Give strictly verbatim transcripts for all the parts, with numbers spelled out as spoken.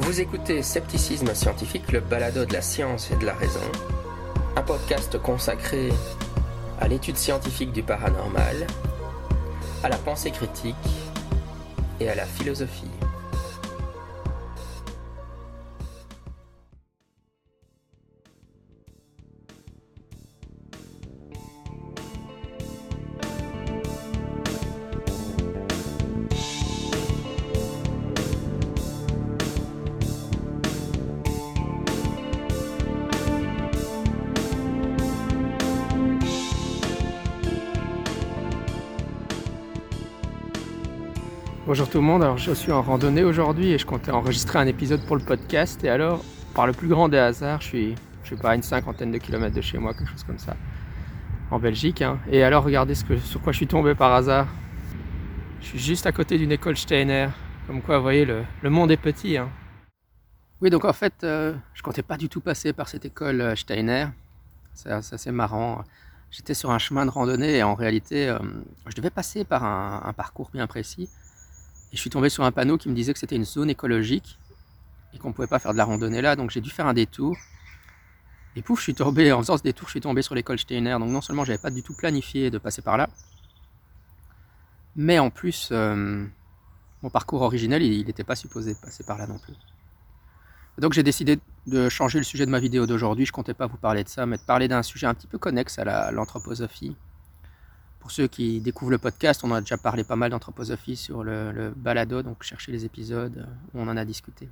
Vous écoutez Scepticisme Scientifique, le balado de la science et de la raison, un podcast consacré à l'étude scientifique du paranormal, à la pensée critique et à la philosophie. Bonjour tout le monde, alors je suis en randonnée aujourd'hui et je comptais enregistrer un épisode pour le podcast et alors, par le plus grand des hasards, je suis, je sais pas, à une cinquantaine de kilomètres de chez moi, quelque chose comme ça, en Belgique. Hein. Et alors regardez ce que, sur quoi je suis tombé par hasard. Je suis juste à côté d'une école Steiner, comme quoi vous voyez, le, le monde est petit. Hein. Oui, donc en fait, euh, je comptais pas du tout passer par cette école Steiner, c'est assez marrant. J'étais sur un chemin de randonnée et en réalité, euh, je devais passer par un, un parcours bien précis. Et je suis tombé sur un panneau qui me disait que c'était une zone écologique et qu'on ne pouvait pas faire de la randonnée là, donc j'ai dû faire un détour. Et pouf, je suis tombé, en faisant ce détour, je suis tombé sur l'école Steiner. Donc non seulement j'avais pas du tout planifié de passer par là, mais en plus, euh, mon parcours originel, il n'était pas supposé passer par là non plus. Donc j'ai décidé de changer le sujet de ma vidéo d'aujourd'hui. Je comptais pas vous parler de ça, mais de parler d'un sujet un petit peu connexe à la, à l'anthroposophie. Pour ceux qui découvrent le podcast, on a déjà parlé pas mal d'anthroposophie sur le, le balado, donc cherchez les épisodes où on en a discuté.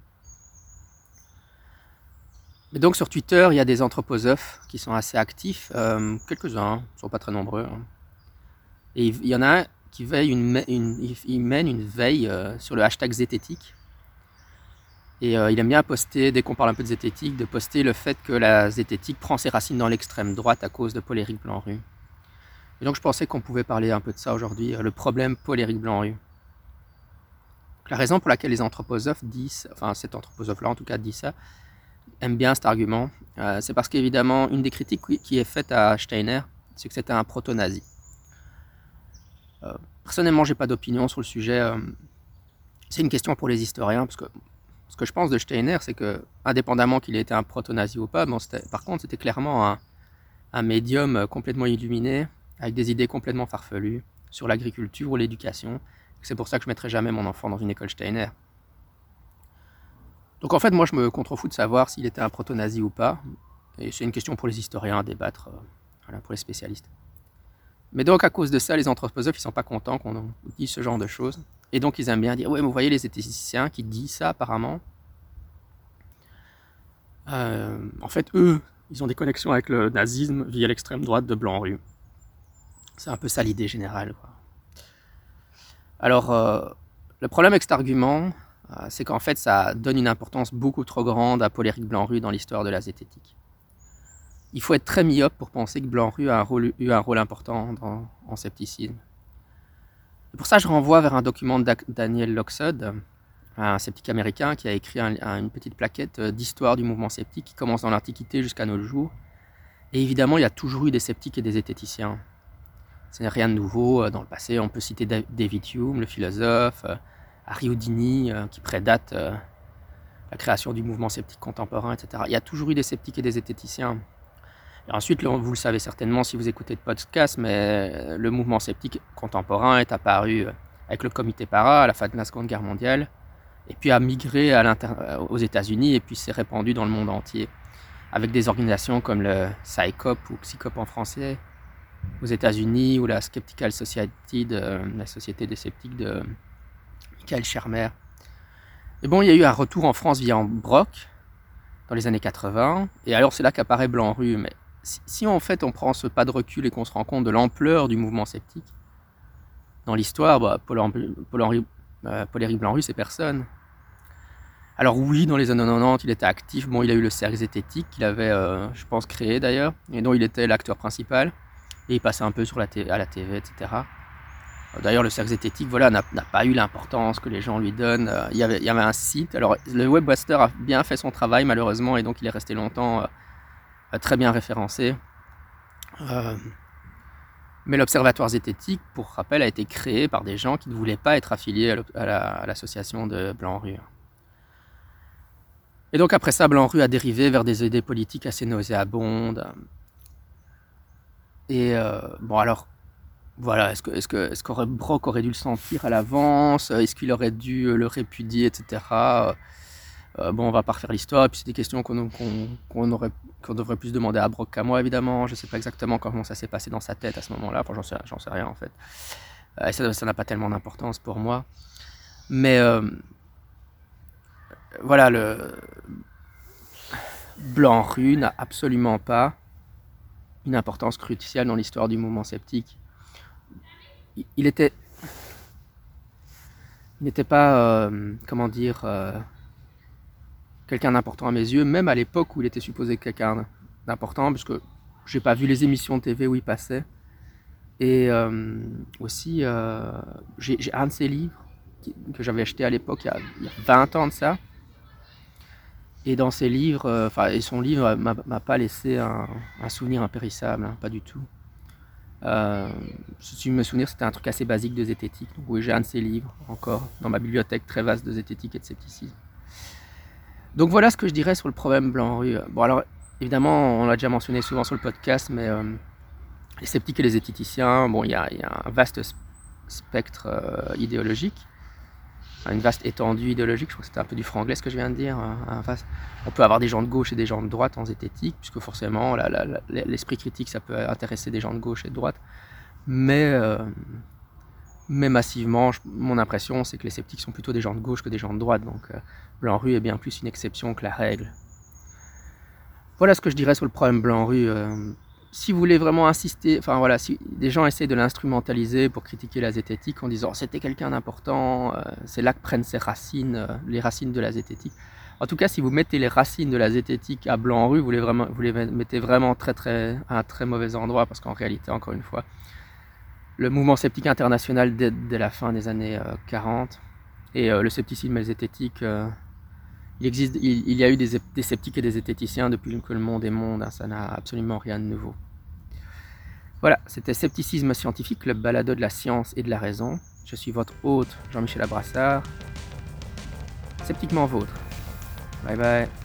Mais donc sur Twitter, il y a des anthroposophes qui sont assez actifs, euh, quelques-uns, ils ne sont pas très nombreux. Hein. Et il y en a un qui veille une, une, il mène une veille euh, sur le hashtag zététique. Et euh, il aime bien poster, dès qu'on parle un peu de zététique, de poster le fait que la zététique prend ses racines dans l'extrême droite à cause de Paul-Éric Blanru. Et donc je pensais qu'on pouvait parler un peu de ça aujourd'hui, le problème Paul-Éric Blanru. La raison pour laquelle les anthroposophes disent, enfin cet anthroposophe-là en tout cas dit ça, aime bien cet argument, euh, c'est parce qu'évidemment une des critiques qui est faite à Steiner, c'est que c'était un proto-nazi. Euh, personnellement, j'ai pas d'opinion sur le sujet, euh, c'est une question pour les historiens, parce que ce que je pense de Steiner, c'est que indépendamment qu'il ait été un proto-nazi ou pas, bon, par contre c'était clairement un, un médium complètement illuminé, avec des idées complètement farfelues sur l'agriculture ou l'éducation. C'est pour ça que je ne mettrai jamais mon enfant dans une école Steiner. Donc en fait, moi je me contrefous de savoir s'il était un proto-nazi ou pas. Et c'est une question pour les historiens à débattre, euh, voilà, pour les spécialistes. Mais donc à cause de ça, les anthroposophes, ils ne sont pas contents qu'on dise ce genre de choses. Et donc ils aiment bien dire, ouais, mais vous voyez les zététiciens qui disent ça apparemment. Euh, en fait, eux, ils ont des connexions avec le nazisme via l'extrême droite de Blanru. C'est un peu ça l'idée générale. Quoi. Alors, euh, le problème avec cet argument, euh, c'est qu'en fait, ça donne une importance beaucoup trop grande à Paul-Éric Blanru dans l'histoire de la zététique. Il faut être très myope pour penser que Blanru a un rôle, eu un rôle important dans, en scepticisme. Et pour ça, je renvoie vers un document de Daniel Loxod, un sceptique américain qui a écrit un, un, une petite plaquette d'histoire du mouvement sceptique qui commence dans l'Antiquité jusqu'à nos jours. Et évidemment, il y a toujours eu des sceptiques et des zététiciens. Ce n'est rien de nouveau dans le passé. On peut citer David Hume, le philosophe, Harry Houdini, qui prédate la création du mouvement sceptique contemporain, et cetera. Il y a toujours eu des sceptiques et des zététiciens. Et ensuite, vous le savez certainement si vous écoutez le podcast, mais le mouvement sceptique contemporain est apparu avec le comité para à la fin de la Seconde Guerre mondiale, et puis a migré à aux États-Unis et puis s'est répandu dans le monde entier, avec des organisations comme le Psychop ou Psychop en français, aux États-Unis, ou la Skeptical Society, de, la société des sceptiques de Michael Shermer. Et bon, il y a eu un retour en France via Brock dans les années quatre-vingts, et alors c'est là qu'apparaît Blanru. Mais si, si en fait on prend ce pas de recul et qu'on se rend compte de l'ampleur du mouvement sceptique dans l'histoire, bah, Paul-Éric euh, Paul Blanru, c'est personne. Alors oui, dans les années quatre-vingt-dix, il était actif. Bon, il a eu le cercle zététique qu'il avait, euh, je pense, créé d'ailleurs, et dont il était l'acteur principal. Et il passait un peu sur la t- à la T V, et cetera. D'ailleurs, le cercle zététique voilà, n'a, n'a pas eu l'importance que les gens lui donnent. Euh, il, y avait, il y avait un site. Alors, le Webmaster a bien fait son travail, malheureusement, et donc il est resté longtemps euh, très bien référencé. Euh, mais l'Observatoire zététique, pour rappel, a été créé par des gens qui ne voulaient pas être affiliés à, à, la, à l'association de Blanru. Et donc après ça, Blanc-Rue a dérivé vers des idées politiques assez nauséabondes. Et euh, bon alors, voilà, est-ce que, est-ce que, est-ce qu'aurait Brock aurait dû le sentir à l'avance? Est-ce qu'il aurait dû le répudier, et cetera. Euh, bon, on va pas refaire l'histoire, et puis c'est des questions qu'on, qu'on, qu'on, aurait, qu'on devrait plus demander à Brock qu'à moi, évidemment. Je sais pas exactement comment ça s'est passé dans sa tête à ce moment-là, enfin, j'en sais, j'en sais rien en fait. Euh, et ça, ça n'a pas tellement d'importance pour moi. Mais euh, voilà, le Blanc-Rue n'a absolument pas une importance cruciale dans l'histoire du mouvement sceptique. Il, il était... Il n'était pas, euh, comment dire... Euh, quelqu'un d'important à mes yeux, même à l'époque où il était supposé être quelqu'un d'important, parce que j'ai pas vu les émissions de T V où il passait. Et euh, aussi, euh, j'ai, j'ai un de ses livres qui, que j'avais acheté à l'époque, il y, a, il y a vingt ans de ça. Et dans ses livres, enfin, euh, et son livre m'a, m'a pas laissé un, un souvenir impérissable, hein, pas du tout. Euh, si je me souviens, c'était un truc assez basique de zététique. Donc oui, j'ai un de ses livres encore dans ma bibliothèque très vaste de zététique et de scepticisme. Donc voilà ce que je dirais sur le problème Blanc-Rue. Bon alors, évidemment, on l'a déjà mentionné souvent sur le podcast, mais euh, les sceptiques et les zététiciens, bon, il y, y a un vaste spectre euh, idéologique, une vaste étendue idéologique, je crois que c'était un peu du franglais ce que je viens de dire. Un vaste... On peut avoir des gens de gauche et des gens de droite en zététique, puisque forcément, la, la, la, l'esprit critique, ça peut intéresser des gens de gauche et de droite, mais... Euh, Mais massivement, je, mon impression, c'est que les sceptiques sont plutôt des gens de gauche que des gens de droite. Donc euh, Blanc-Rue est bien plus une exception que la règle. Voilà ce que je dirais sur le problème Blanc-Rue. Euh, si vous voulez vraiment insister, enfin voilà, si des gens essayent de l'instrumentaliser pour critiquer la zététique en disant oh, c'était quelqu'un d'important, euh, c'est là que prennent ses racines, euh, les racines de la zététique. En tout cas, si vous mettez les racines de la zététique à Blanc-Rue, vous les, vraiment, vous les mettez vraiment très, très, à un très mauvais endroit, parce qu'en réalité, encore une fois, le mouvement sceptique international dès, dès la fin des années euh, quarante et euh, le scepticisme et le zététique, euh, il, existe, il, il y a eu des, des sceptiques et des zététiciens depuis que le monde est monde, hein, ça n'a absolument rien de nouveau. Voilà, c'était Scepticisme Scientifique, le balado de la science et de la raison. Je suis votre hôte Jean-Michel Abrassard, sceptiquement vôtre. Bye bye.